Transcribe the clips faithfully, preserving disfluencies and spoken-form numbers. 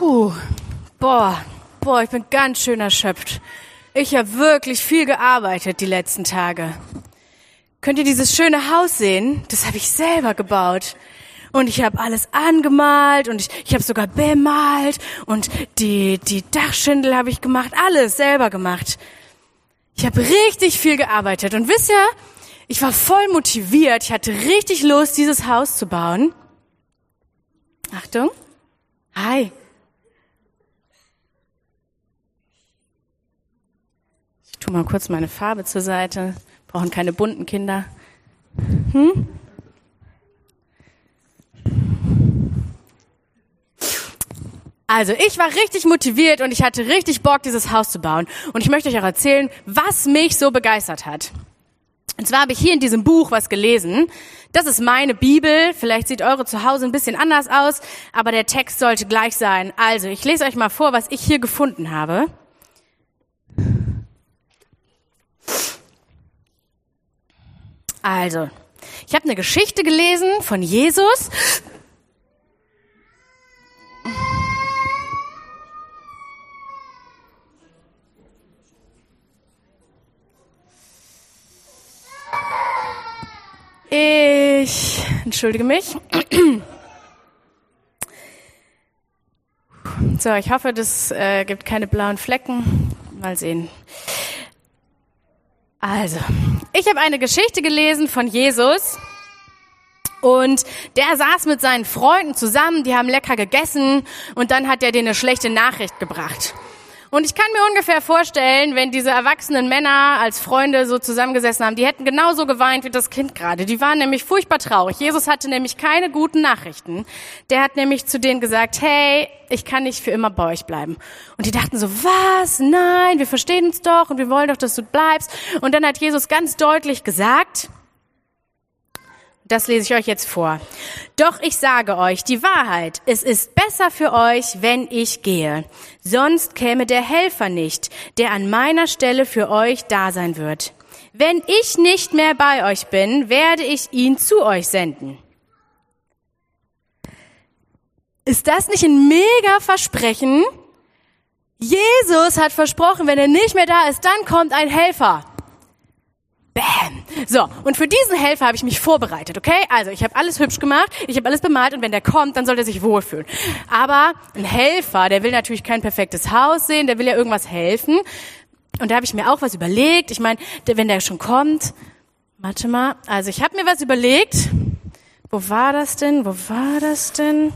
Puh, boah, boah, ich bin ganz schön erschöpft. Ich habe wirklich viel gearbeitet die letzten Tage. Könnt ihr dieses schöne Haus sehen? Das habe ich selber gebaut. Und ich habe alles angemalt und ich, ich habe sogar bemalt und die, die Dachschindel habe ich gemacht, alles selber gemacht. Ich habe richtig viel gearbeitet und wisst ihr, ich war voll motiviert, ich hatte richtig Lust, dieses Haus zu bauen. Achtung, hi. Ich tue mal kurz meine Farbe zur Seite, brauchen keine bunten Kinder. Hm? Also, ich war richtig motiviert und ich hatte richtig Bock, dieses Haus zu bauen. Und ich möchte euch auch erzählen, was mich so begeistert hat. Und zwar habe ich hier in diesem Buch was gelesen. Das ist meine Bibel. Vielleicht sieht eure zu Hause ein bisschen anders aus, aber der Text sollte gleich sein. Also, ich lese euch mal vor, was ich hier gefunden habe. Also, ich habe eine Geschichte gelesen von Jesus. Ich entschuldige mich. So, ich hoffe, das äh, gibt keine blauen Flecken. Mal sehen. Also, ich habe eine Geschichte gelesen von Jesus und der saß mit seinen Freunden zusammen, die haben lecker gegessen und dann hat er denen eine schlechte Nachricht gebracht. Und ich kann mir ungefähr vorstellen, wenn diese erwachsenen Männer als Freunde so zusammengesessen haben, die hätten genauso geweint wie das Kind gerade. Die waren nämlich furchtbar traurig. Jesus hatte nämlich keine guten Nachrichten. Der hat nämlich zu denen gesagt, hey, ich kann nicht für immer bei euch bleiben. Und die dachten so, was? Nein, wir verstehen uns doch und wir wollen doch, dass du bleibst. Und dann hat Jesus ganz deutlich gesagt, das lese ich euch jetzt vor. Doch ich sage euch die Wahrheit, es ist besser für euch, wenn ich gehe. Sonst käme der Helfer nicht, der an meiner Stelle für euch da sein wird. Wenn ich nicht mehr bei euch bin, werde ich ihn zu euch senden. Ist das nicht ein mega Versprechen? Jesus hat versprochen, wenn er nicht mehr da ist, dann kommt ein Helfer. Bam. So, und für diesen Helfer habe ich mich vorbereitet, okay? Also, ich habe alles hübsch gemacht, ich habe alles bemalt und wenn der kommt, dann soll der sich wohlfühlen. Aber ein Helfer, der will natürlich kein perfektes Haus sehen, der will ja irgendwas helfen. Und da habe ich mir auch was überlegt. Ich meine, wenn der schon kommt, warte mal, also ich habe mir was überlegt. Wo war das denn? Wo war das denn?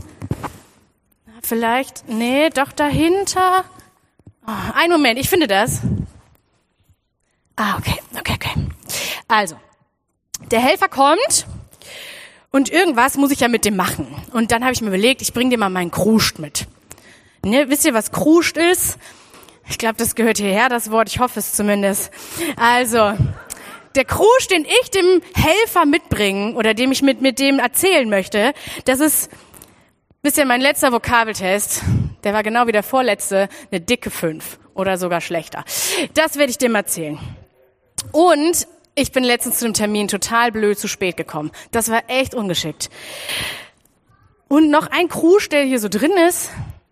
Vielleicht, nee, doch dahinter. Oh, einen Moment, ich finde das. Ah, okay, okay, okay. Also, der Helfer kommt und irgendwas muss ich ja mit dem machen. Und dann habe ich mir überlegt, ich bringe dir mal meinen Kruscht mit. Ne, wisst ihr, was Kruscht ist? Ich glaube, das gehört hierher, das Wort. Ich hoffe es zumindest. Also, der Kruscht, den ich dem Helfer mitbringen oder dem ich mit, mit dem erzählen möchte, das ist, wisst ihr, mein letzter Vokabeltest, der war genau wie der vorletzte, eine dicke fünf oder sogar schlechter. Das werde ich dem erzählen. Und ich bin letztens zu einem Termin total blöd zu spät gekommen. Das war echt ungeschickt. Und noch ein Kruscht, der hier so drin ist.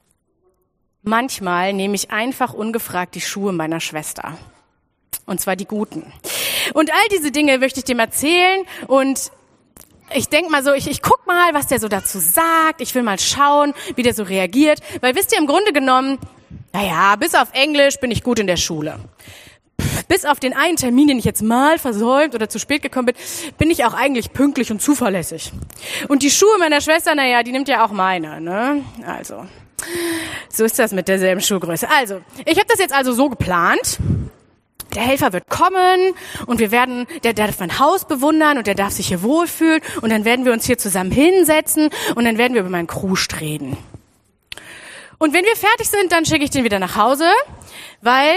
Manchmal nehme ich einfach ungefragt die Schuhe meiner Schwester. Und zwar die guten. Und all diese Dinge möchte ich dem erzählen. Und ich denke mal so, ich, ich guck mal, was der so dazu sagt. Ich will mal schauen, wie der so reagiert. Weil wisst ihr, im Grunde genommen, naja, bis auf Englisch bin ich gut in der Schule. Bis auf den einen Termin, den ich jetzt mal versäumt oder zu spät gekommen bin, bin ich auch eigentlich pünktlich und zuverlässig. Und die Schuhe meiner Schwester, naja, die nimmt ja auch meine, ne? Also, so ist das mit derselben Schuhgröße. Also, ich habe das jetzt also so geplant. Der Helfer wird kommen und wir werden, der, der darf mein Haus bewundern und der darf sich hier wohlfühlen und dann werden wir uns hier zusammen hinsetzen und dann werden wir über meinen Kruscht reden. Und wenn wir fertig sind, dann schicke ich den wieder nach Hause, weil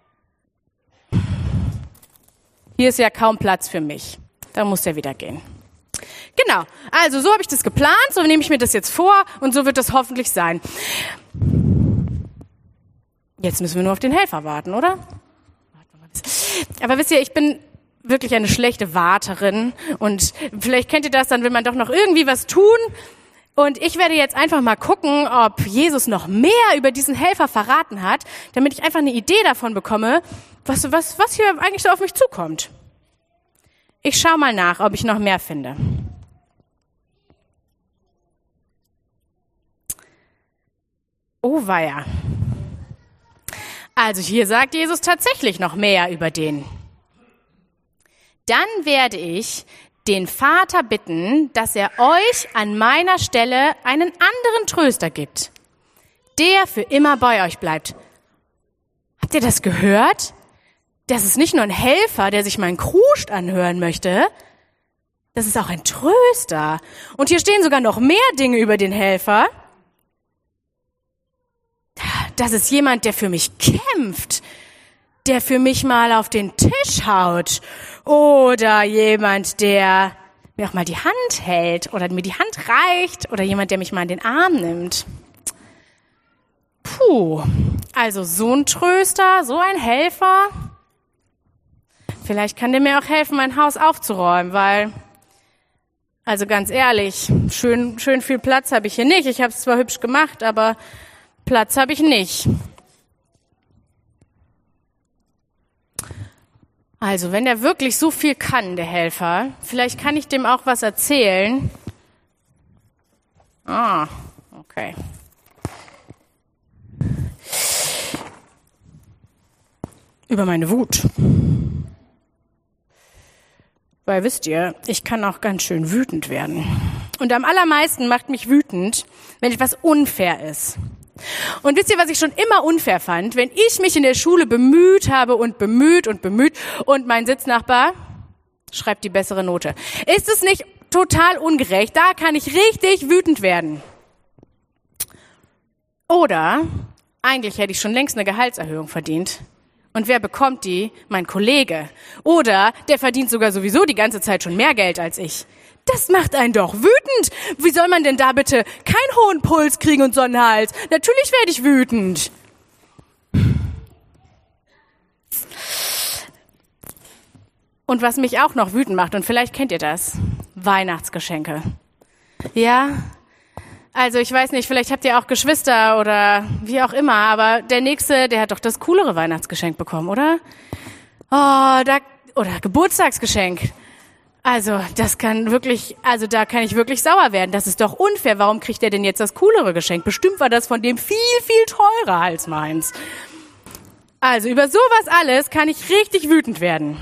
hier ist ja kaum Platz für mich. Da muss der wieder gehen. Genau, also so habe ich das geplant, so nehme ich mir das jetzt vor und so wird das hoffentlich sein. Jetzt müssen wir nur auf den Helfer warten, oder? Aber wisst ihr, ich bin wirklich eine schlechte Warterin und vielleicht kennt ihr das, dann will man doch noch irgendwie was tun. Und ich werde jetzt einfach mal gucken, ob Jesus noch mehr über diesen Helfer verraten hat, damit ich einfach eine Idee davon bekomme, was, was, was hier eigentlich so auf mich zukommt. Ich schaue mal nach, ob ich noch mehr finde. Oh weia. Also hier sagt Jesus tatsächlich noch mehr über den. Dann werde ich den Vater bitten, dass er euch an meiner Stelle einen anderen Tröster gibt, der für immer bei euch bleibt. Habt ihr das gehört? Das ist nicht nur ein Helfer, der sich meinen Kruscht anhören möchte, das ist auch ein Tröster. Und hier stehen sogar noch mehr Dinge über den Helfer. Das ist jemand, der für mich kämpft, der für mich mal auf den Tisch haut. Oder jemand, der mir auch mal die Hand hält oder mir die Hand reicht. Oder jemand, der mich mal in den Arm nimmt. Puh, also so ein Tröster, so ein Helfer. Vielleicht kann der mir auch helfen, mein Haus aufzuräumen, weil, also ganz ehrlich, schön, schön viel Platz habe ich hier nicht. Ich habe es zwar hübsch gemacht, aber Platz habe ich nicht. Also, wenn der wirklich so viel kann, der Helfer, vielleicht kann ich dem auch was erzählen. Ah, okay. Über meine Wut. Weil, wisst ihr, ich kann auch ganz schön wütend werden. Und am allermeisten macht mich wütend, wenn etwas unfair ist. Und wisst ihr, was ich schon immer unfair fand? Wenn ich mich in der Schule bemüht habe und bemüht und bemüht und mein Sitznachbar schreibt die bessere Note. Ist es nicht total ungerecht? Da kann ich richtig wütend werden. Oder eigentlich hätte ich schon längst eine Gehaltserhöhung verdient. Und wer bekommt die? Mein Kollege. Oder der verdient sogar sowieso die ganze Zeit schon mehr Geld als ich. Das macht einen doch wütend. Wie soll man denn da bitte keinen hohen Puls kriegen und Sonnenhals? Natürlich werde ich wütend. Und was mich auch noch wütend macht, und vielleicht kennt ihr das, Weihnachtsgeschenke. Ja, also ich weiß nicht, vielleicht habt ihr auch Geschwister oder wie auch immer, aber der Nächste, der hat doch das coolere Weihnachtsgeschenk bekommen, oder? Oh, da, oder Geburtstagsgeschenk. Also, das kann wirklich, also da kann ich wirklich sauer werden. Das ist doch unfair. Warum kriegt er denn jetzt das coolere Geschenk? Bestimmt war das von dem viel, viel teurer als meins. Also, über sowas alles kann ich richtig wütend werden.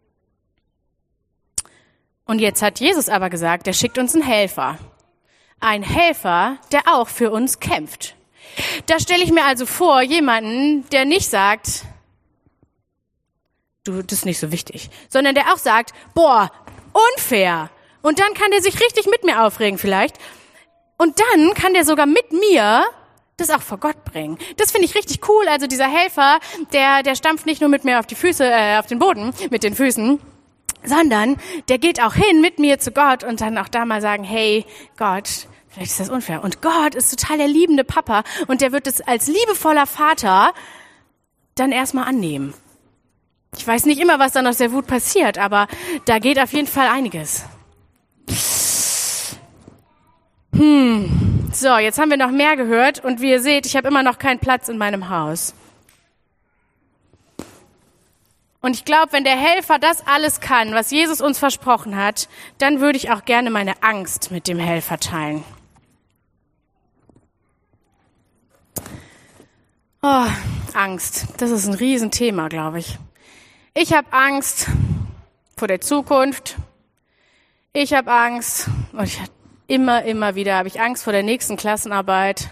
Und jetzt hat Jesus aber gesagt, er schickt uns einen Helfer. Ein Helfer, der auch für uns kämpft. Da stelle ich mir also vor, jemanden, der nicht sagt, du, das ist nicht so wichtig, sondern der auch sagt, boah, unfair. Und dann kann der sich richtig mit mir aufregen vielleicht. Und dann kann der sogar mit mir das auch vor Gott bringen. Das finde ich richtig cool. Also dieser Helfer, der, der stampft nicht nur mit mir auf die Füße, äh, auf den Boden, mit den Füßen, sondern der geht auch hin mit mir zu Gott und dann auch da mal sagen, hey, Gott, vielleicht ist das unfair. Und Gott ist total der liebende Papa und der wird es als liebevoller Vater dann erstmal annehmen. Ich weiß nicht immer, was dann aus der Wut passiert, aber da geht auf jeden Fall einiges. Hm, so, jetzt haben wir noch mehr gehört und wie ihr seht, ich habe immer noch keinen Platz in meinem Haus. Und ich glaube, wenn der Helfer das alles kann, was Jesus uns versprochen hat, dann würde ich auch gerne meine Angst mit dem Helfer teilen. Oh, Angst, das ist ein Riesenthema, glaube ich. Ich habe Angst vor der Zukunft. Ich habe Angst, und ich hab immer, immer wieder habe ich Angst vor der nächsten Klassenarbeit.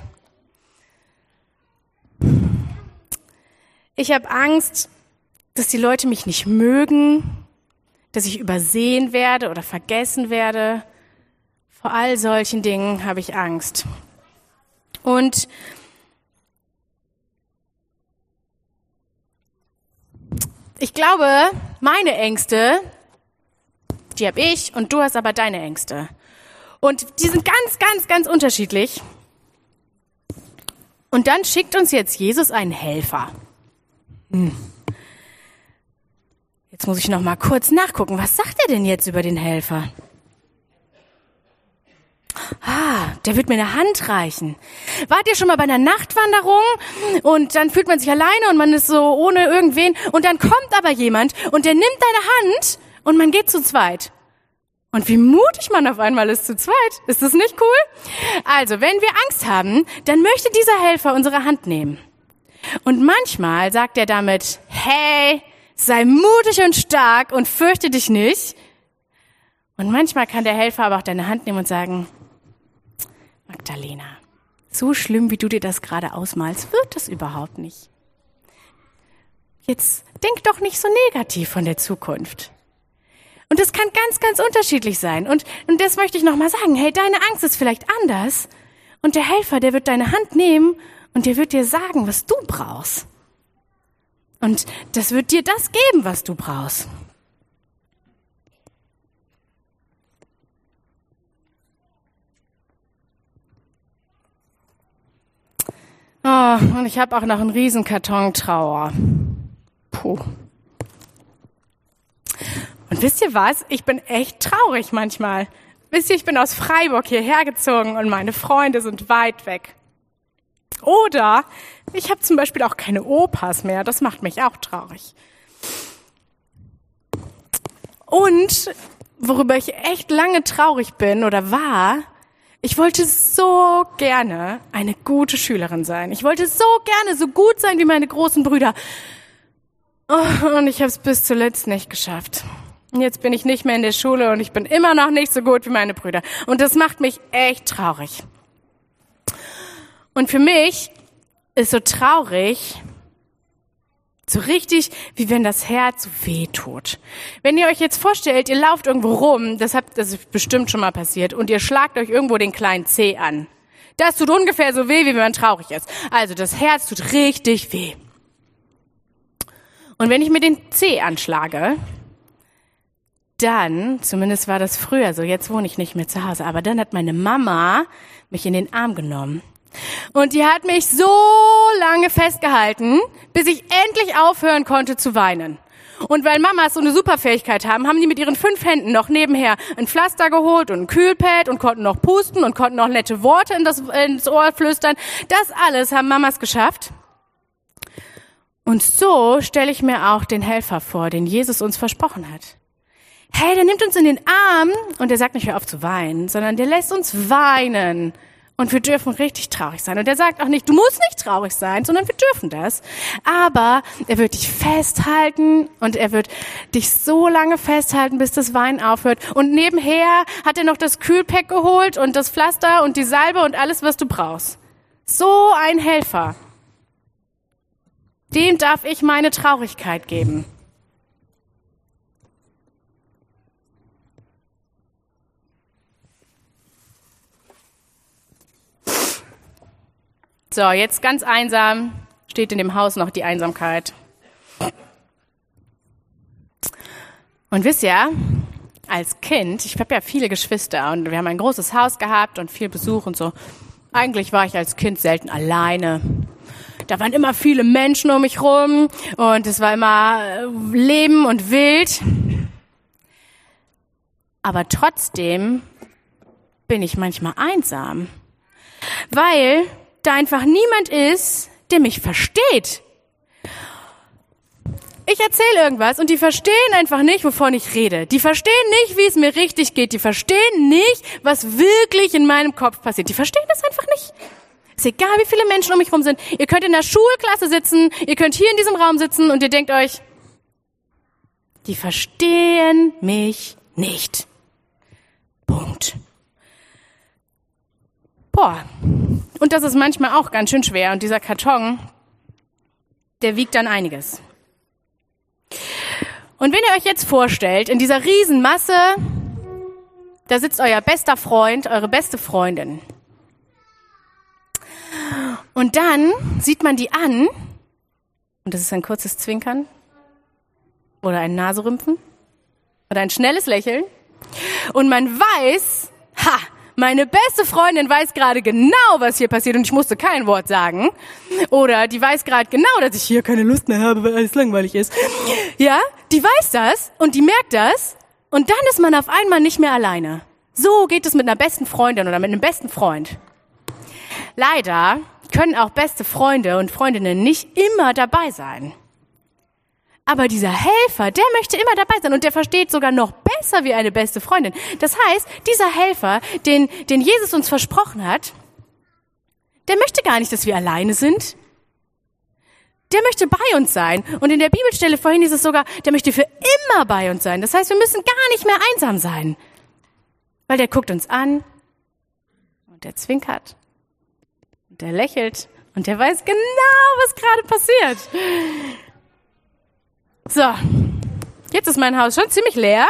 Ich habe Angst, dass die Leute mich nicht mögen, dass ich übersehen werde oder vergessen werde. Vor all solchen Dingen habe ich Angst. Und ich glaube, meine Ängste, die habe ich und du hast aber deine Ängste. Und die sind ganz, ganz, ganz unterschiedlich. Und dann schickt uns jetzt Jesus einen Helfer. Hm. Jetzt muss ich noch mal kurz nachgucken. Was sagt er denn jetzt über den Helfer? Ah, der wird mir eine Hand reichen. Wart ihr schon mal bei einer Nachtwanderung und dann fühlt man sich alleine und man ist so ohne irgendwen und dann kommt aber jemand und der nimmt deine Hand und man geht zu zweit. Und wie mutig man auf einmal ist zu zweit. Ist das nicht cool? Also, wenn wir Angst haben, dann möchte dieser Helfer unsere Hand nehmen. Und manchmal sagt er damit, hey, sei mutig und stark und fürchte dich nicht. Und manchmal kann der Helfer aber auch deine Hand nehmen und sagen, Magdalena, so schlimm, wie du dir das gerade ausmalst, wird das überhaupt nicht. Jetzt denk doch nicht so negativ von der Zukunft. Und das kann ganz, ganz unterschiedlich sein. Und, und das möchte ich nochmal sagen. Hey, deine Angst ist vielleicht anders. Und der Helfer, der wird deine Hand nehmen und der wird dir sagen, was du brauchst. Und das wird dir das geben, was du brauchst. Oh, und ich habe auch noch einen riesen Karton Trauer. Puh. Und wisst ihr was? Ich bin echt traurig manchmal. Wisst ihr, ich bin aus Freiburg hierher gezogen und meine Freunde sind weit weg. Oder ich habe zum Beispiel auch keine Opas mehr. Das macht mich auch traurig. Und worüber ich echt lange traurig bin oder war, ich wollte so gerne eine gute Schülerin sein. Ich wollte so gerne so gut sein wie meine großen Brüder. Oh, und ich habe es bis zuletzt nicht geschafft. Und jetzt bin ich nicht mehr in der Schule und ich bin immer noch nicht so gut wie meine Brüder. Und das macht mich echt traurig. Und für mich ist so traurig, so richtig, wie wenn das Herz weh tut. Wenn ihr euch jetzt vorstellt, ihr lauft irgendwo rum, das, habt, das ist bestimmt schon mal passiert, und ihr schlagt euch irgendwo den kleinen Zeh an. Das tut ungefähr so weh, wie wenn man traurig ist. Also das Herz tut richtig weh. Und wenn ich mir den Zeh anschlage, dann, zumindest war das früher so, jetzt wohne ich nicht mehr zu Hause, aber dann hat meine Mama mich in den Arm genommen. Und die hat mich so lange festgehalten, bis ich endlich aufhören konnte zu weinen. Und weil Mamas so eine Superfähigkeit haben, haben die mit ihren fünf Händen noch nebenher ein Pflaster geholt und ein Kühlpad und konnten noch pusten und konnten noch nette Worte in das, ins Ohr flüstern. Das alles haben Mamas geschafft. Und so stelle ich mir auch den Helfer vor, den Jesus uns versprochen hat. Hey, der nimmt uns in den Arm und der sagt nicht, hör auf zu weinen, sondern der lässt uns weinen. Und wir dürfen richtig traurig sein. Und er sagt auch nicht, du musst nicht traurig sein, sondern wir dürfen das. Aber er wird dich festhalten und er wird dich so lange festhalten, bis das Weinen aufhört. Und nebenher hat er noch das Kühlpack geholt und das Pflaster und die Salbe und alles, was du brauchst. So ein Helfer. Dem darf ich meine Traurigkeit geben. So, jetzt ganz einsam steht in dem Haus noch die Einsamkeit. Und wisst ihr, als Kind, ich habe ja viele Geschwister und wir haben ein großes Haus gehabt und viel Besuch und so. Eigentlich war ich als Kind selten alleine. Da waren immer viele Menschen um mich rum und es war immer Leben und wild. Aber trotzdem bin ich manchmal einsam, weil da einfach niemand ist, der mich versteht. Ich erzähle irgendwas und die verstehen einfach nicht, wovon ich rede. Die verstehen nicht, wie es mir richtig geht. Die verstehen nicht, was wirklich in meinem Kopf passiert. Die verstehen das einfach nicht. Ist egal, wie viele Menschen um mich rum sind. Ihr könnt in der Schulklasse sitzen, ihr könnt hier in diesem Raum sitzen und ihr denkt euch, die verstehen mich nicht. Punkt. Boah. Und das ist manchmal auch ganz schön schwer. Und dieser Karton, der wiegt dann einiges. Und wenn ihr euch jetzt vorstellt, in dieser Riesenmasse, da sitzt euer bester Freund, eure beste Freundin. Und dann sieht man die an, und das ist ein kurzes Zwinkern oder ein Naserümpfen oder ein schnelles Lächeln. Und man weiß, ha, meine beste Freundin weiß gerade genau, was hier passiert und ich musste kein Wort sagen. Oder die weiß gerade genau, dass ich hier keine Lust mehr habe, weil alles langweilig ist. Ja, die weiß das und die merkt das und dann ist man auf einmal nicht mehr alleine. So geht es mit einer besten Freundin oder mit einem besten Freund. Leider können auch beste Freunde und Freundinnen nicht immer dabei sein. Aber dieser Helfer, der möchte immer dabei sein und der versteht sogar noch besser wie eine beste Freundin. Das heißt, dieser Helfer, den, den Jesus uns versprochen hat, der möchte gar nicht, dass wir alleine sind. Der möchte bei uns sein. Und in der Bibelstelle vorhin ist es sogar, der möchte für immer bei uns sein. Das heißt, wir müssen gar nicht mehr einsam sein. Weil der guckt uns an und der zwinkert und der lächelt und der weiß genau, was gerade passiert. So, jetzt ist mein Haus schon ziemlich leer.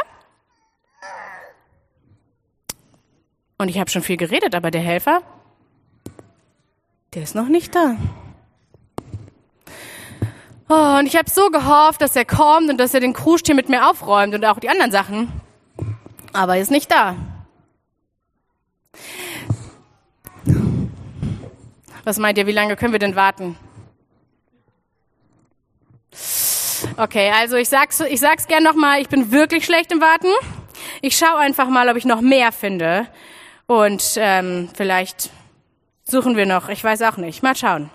Und ich habe schon viel geredet, aber der Helfer, der ist noch nicht da. Oh, und ich habe so gehofft, dass er kommt und dass er den Krustier mit mir aufräumt und auch die anderen Sachen. Aber er ist nicht da. Was meint ihr, wie lange können wir denn warten? Okay, also ich sag's, ich sag's gern nochmal, ich bin wirklich schlecht im Warten. Ich schaue einfach mal, ob ich noch mehr finde. Und ähm, vielleicht suchen wir noch, ich weiß auch nicht. Mal schauen.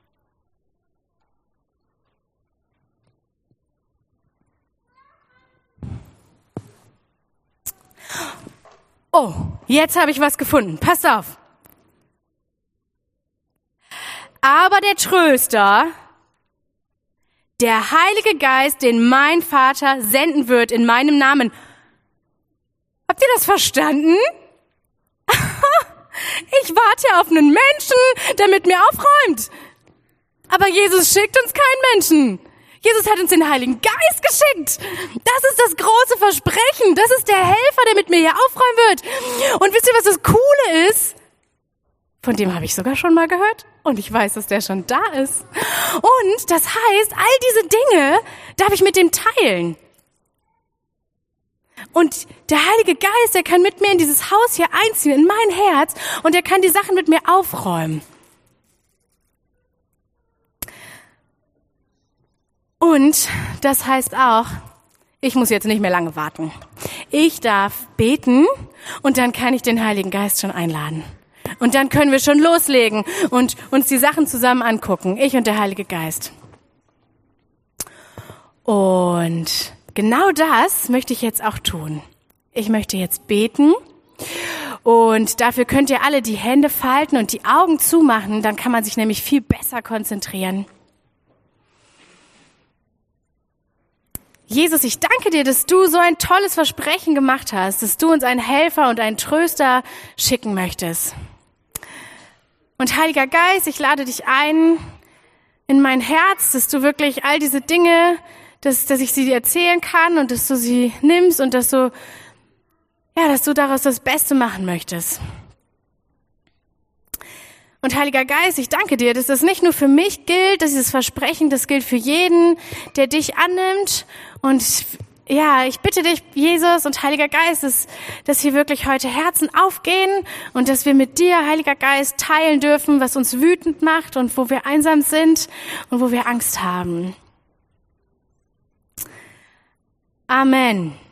Oh, jetzt habe ich was gefunden. Pass auf. Aber der Tröster, der Heilige Geist, den mein Vater senden wird in meinem Namen. Habt ihr das verstanden? Ich warte auf einen Menschen, der mit mir aufräumt. Aber Jesus schickt uns keinen Menschen. Jesus hat uns den Heiligen Geist geschickt. Das ist das große Versprechen. Das ist der Helfer, der mit mir hier aufräumen wird. Und wisst ihr, was das Coole ist? Von dem habe ich sogar schon mal gehört. Und ich weiß, dass der schon da ist. Und das heißt, all diese Dinge darf ich mit dem teilen. Und der Heilige Geist, der kann mit mir in dieses Haus hier einziehen, in mein Herz. Und er kann die Sachen mit mir aufräumen. Und das heißt auch, ich muss jetzt nicht mehr lange warten. Ich darf beten und dann kann ich den Heiligen Geist schon einladen. Und dann können wir schon loslegen und uns die Sachen zusammen angucken, ich und der Heilige Geist. Und genau das möchte ich jetzt auch tun. Ich möchte jetzt beten und dafür könnt ihr alle die Hände falten und die Augen zumachen, dann kann man sich nämlich viel besser konzentrieren. Jesus, ich danke dir, dass du so ein tolles Versprechen gemacht hast, dass du uns einen Helfer und einen Tröster schicken möchtest. Und Heiliger Geist, ich lade dich ein in mein Herz, dass du wirklich all diese Dinge, dass, dass ich sie dir erzählen kann und dass du sie nimmst und dass du, ja, dass du daraus das Beste machen möchtest. Und Heiliger Geist, ich danke dir, dass das nicht nur für mich gilt, dass dieses Versprechen, das gilt für jeden, der dich annimmt. Und ja, ich bitte dich, Jesus und Heiliger Geist, dass, dass hier wirklich heute Herzen aufgehen und dass wir mit dir, Heiliger Geist, teilen dürfen, was uns wütend macht und wo wir einsam sind und wo wir Angst haben. Amen.